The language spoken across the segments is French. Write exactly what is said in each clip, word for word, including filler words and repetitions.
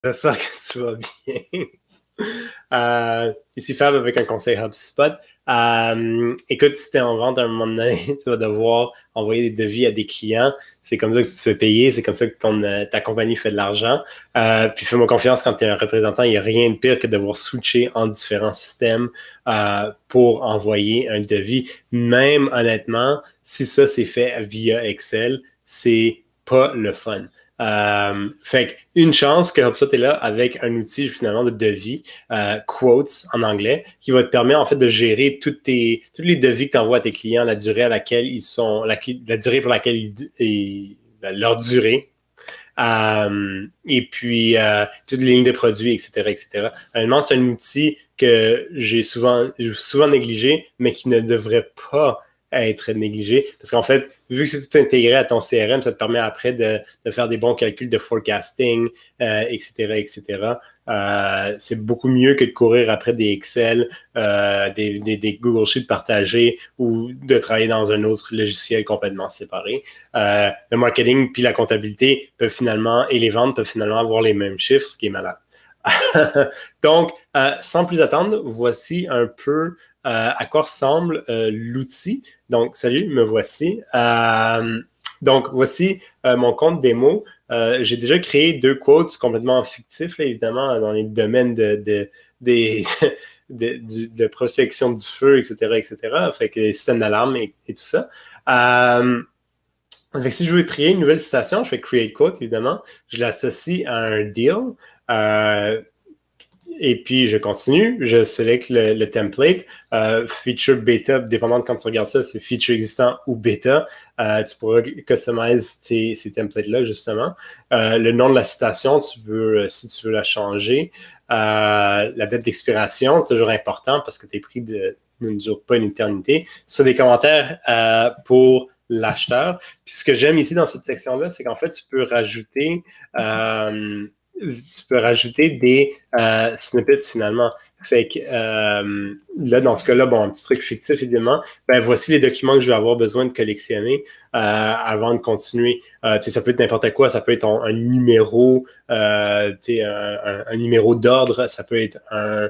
J'espère que tu vas bien. Euh, ici Fab avec un conseil HubSpot. Euh, écoute, si tu es en vente à un moment donné, tu vas devoir envoyer des devis à des clients. C'est comme ça que tu te fais payer, c'est comme ça que ton, euh, ta compagnie fait de l'argent. Euh, puis fais-moi confiance, quand tu es un représentant, il n'y a rien de pire que de devoir switcher en différents systèmes euh, pour envoyer un devis. Même honnêtement, si ça c'est fait via Excel, c'est pas le fun. Euh, fait une chance que HubSpot est là avec un outil finalement de devis, euh, Quotes en anglais, qui va te permettre en fait de gérer toutes tes, tous les devis que tu envoies à tes clients, la durée à laquelle ils sont, la, la durée pour laquelle ils, ils leur durée. Euh, et puis euh, toutes les lignes de produits, et cetera, et cetera. Honnêtement, c'est un outil que j'ai souvent, souvent négligé, mais qui ne devrait pas être négligé. Parce qu'en fait, vu que c'est tout intégré à ton C R M, ça te permet après de, de faire des bons calculs de forecasting, euh, et cetera, et cetera. Euh, c'est beaucoup mieux que de courir après des Excel, euh, des, des, des Google Sheets partagés ou de travailler dans un autre logiciel complètement séparé. Euh, le marketing puis la comptabilité peuvent finalement, et les ventes peuvent finalement avoir les mêmes chiffres, ce qui est malade. Donc, euh, sans plus attendre, voici un peu euh, à quoi ressemble euh, l'outil. Donc, salut, me voici. Euh, donc, voici euh, mon compte démo. Euh, j'ai déjà créé deux quotes complètement fictifs, là, évidemment, dans les domaines de, de, des, de, de, de protection du feu, et cetera, et cetera. Fait que les systèmes d'alarme et, et tout ça. Euh, fait que si je veux créer une nouvelle citation, je fais create quote, évidemment. Je l'associe à un deal. Euh, et puis, je continue, je sélecte le, le template, euh, feature bêta, dépendant de quand tu regardes ça, c'est feature existant ou bêta. Euh, tu pourras customiser tes, ces templates-là, justement. Euh, le nom de la citation, tu veux, si tu veux la changer. Euh, la date d'expiration, c'est toujours important parce que tes prix de, ne durent pas une éternité. Ça, des commentaires euh, pour l'acheteur. Puis ce que j'aime ici dans cette section-là, c'est qu'en fait, tu peux rajouter... Euh, tu peux rajouter des euh, snippets finalement. Fait que euh, là, dans ce cas-là, bon, un petit truc fictif, évidemment, ben voici les documents que je vais avoir besoin de collectionner euh, avant de continuer. Euh, tu sais, ça peut être n'importe quoi, ça peut être un, un numéro, euh, tu sais, un, un, un numéro d'ordre, ça peut être un,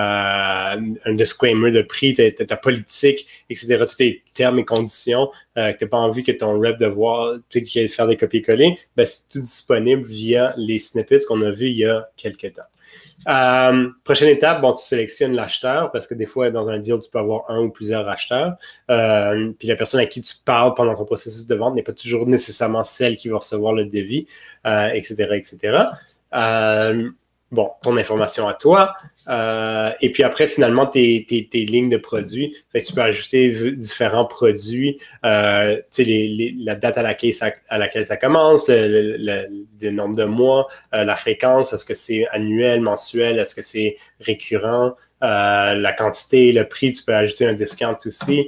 euh, un disclaimer de prix, ta, ta, ta politique, et cetera, tous tes termes et conditions, euh, que tu n'as pas envie que ton rep de voir, tu sais, faire des copier-coller, ben, c'est tout disponible via les snippets qu'on a vus il y a quelques temps. Euh, prochaine étape, bon, tu sélectionnes l'acheteur parce que des fois, dans un deal, tu peux avoir un ou plusieurs acheteurs. Euh, puis la personne à qui tu parles pendant ton processus de vente n'est pas toujours nécessairement celle qui va recevoir le devis, euh, et cetera, et cetera. Euh, bon, ton information à toi. Euh, et puis après, finalement, tes, tes, tes lignes de produits. Fait que tu peux ajouter différents produits, euh, tu sais, les, les, la date à laquelle ça, à laquelle ça commence, le, le, le, le nombre de mois, euh, la fréquence, est-ce que c'est annuel, mensuel, est-ce que c'est récurrent, euh, la quantité, le prix, tu peux ajouter un discount aussi.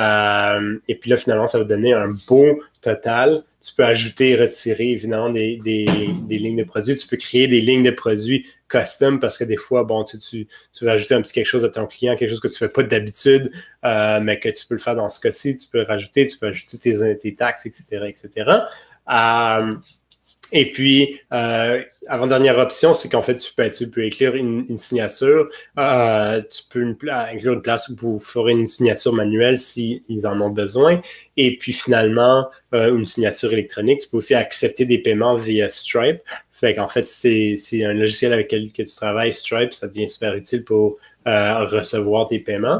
Euh, et puis là, finalement, ça va donner un beau total. Tu peux ajouter et retirer, évidemment, des, des, des lignes de produits. Tu peux créer des lignes de produits custom parce que des fois, bon, tu, tu, tu veux ajouter un petit quelque chose à ton client, quelque chose que tu fais pas d'habitude, euh, mais que tu peux le faire dans ce cas-ci. Tu peux rajouter, tu peux ajouter tes, tes taxes, et cetera, et cetera. Euh, Et puis, euh, avant-dernière option, c'est qu'en fait, tu peux, tu peux écrire une, une signature. Euh, tu peux une, inclure une place où vous ferez une signature manuelle s'ils si en ont besoin. Et puis, finalement, euh, une signature électronique. Tu peux aussi accepter des paiements via Stripe. Fait qu'en fait, c'est, c'est un logiciel avec lequel tu travailles, Stripe. Ça devient super utile pour euh, recevoir tes paiements.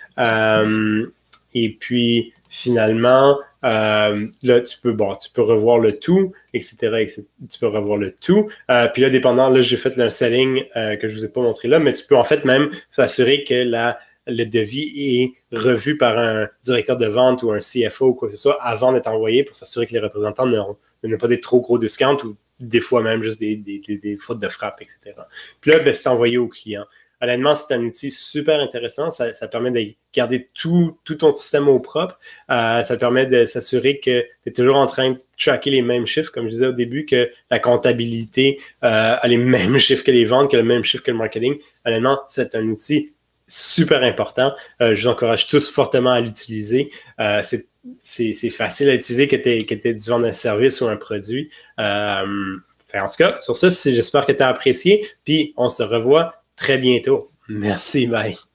Euh, et puis, finalement, euh, là, tu peux, bon, tu peux revoir le tout, et cetera, et cetera. Tu peux revoir le tout. Euh, puis là, dépendant, là, j'ai fait un selling euh, que je vous ai pas montré là, mais tu peux en fait même s'assurer que la, le devis est revu par un directeur de vente ou un C F O ou quoi que ce soit avant d'être envoyé pour s'assurer que les représentants n'ont pas des trop gros discounts ou des fois même juste des, des, des, des fautes de frappe, et cetera. Puis là, ben, c'est envoyé au client. Honnêtement, c'est un outil super intéressant. Ça, ça permet de garder tout, tout ton système au propre. Euh, ça permet de s'assurer que tu es toujours en train de tracker les mêmes chiffres, comme je disais au début, que la comptabilité euh, a les mêmes chiffres que les ventes, que le même chiffre que le marketing. Honnêtement, c'est un outil super important. Euh, je vous encourage tous fortement à l'utiliser. Euh, c'est, c'est, c'est facile à utiliser que tu aies dû vendre un service ou un produit. Euh, En tout cas, sur ça, j'espère que tu as apprécié. Puis on se revoit très bientôt. Merci, bye.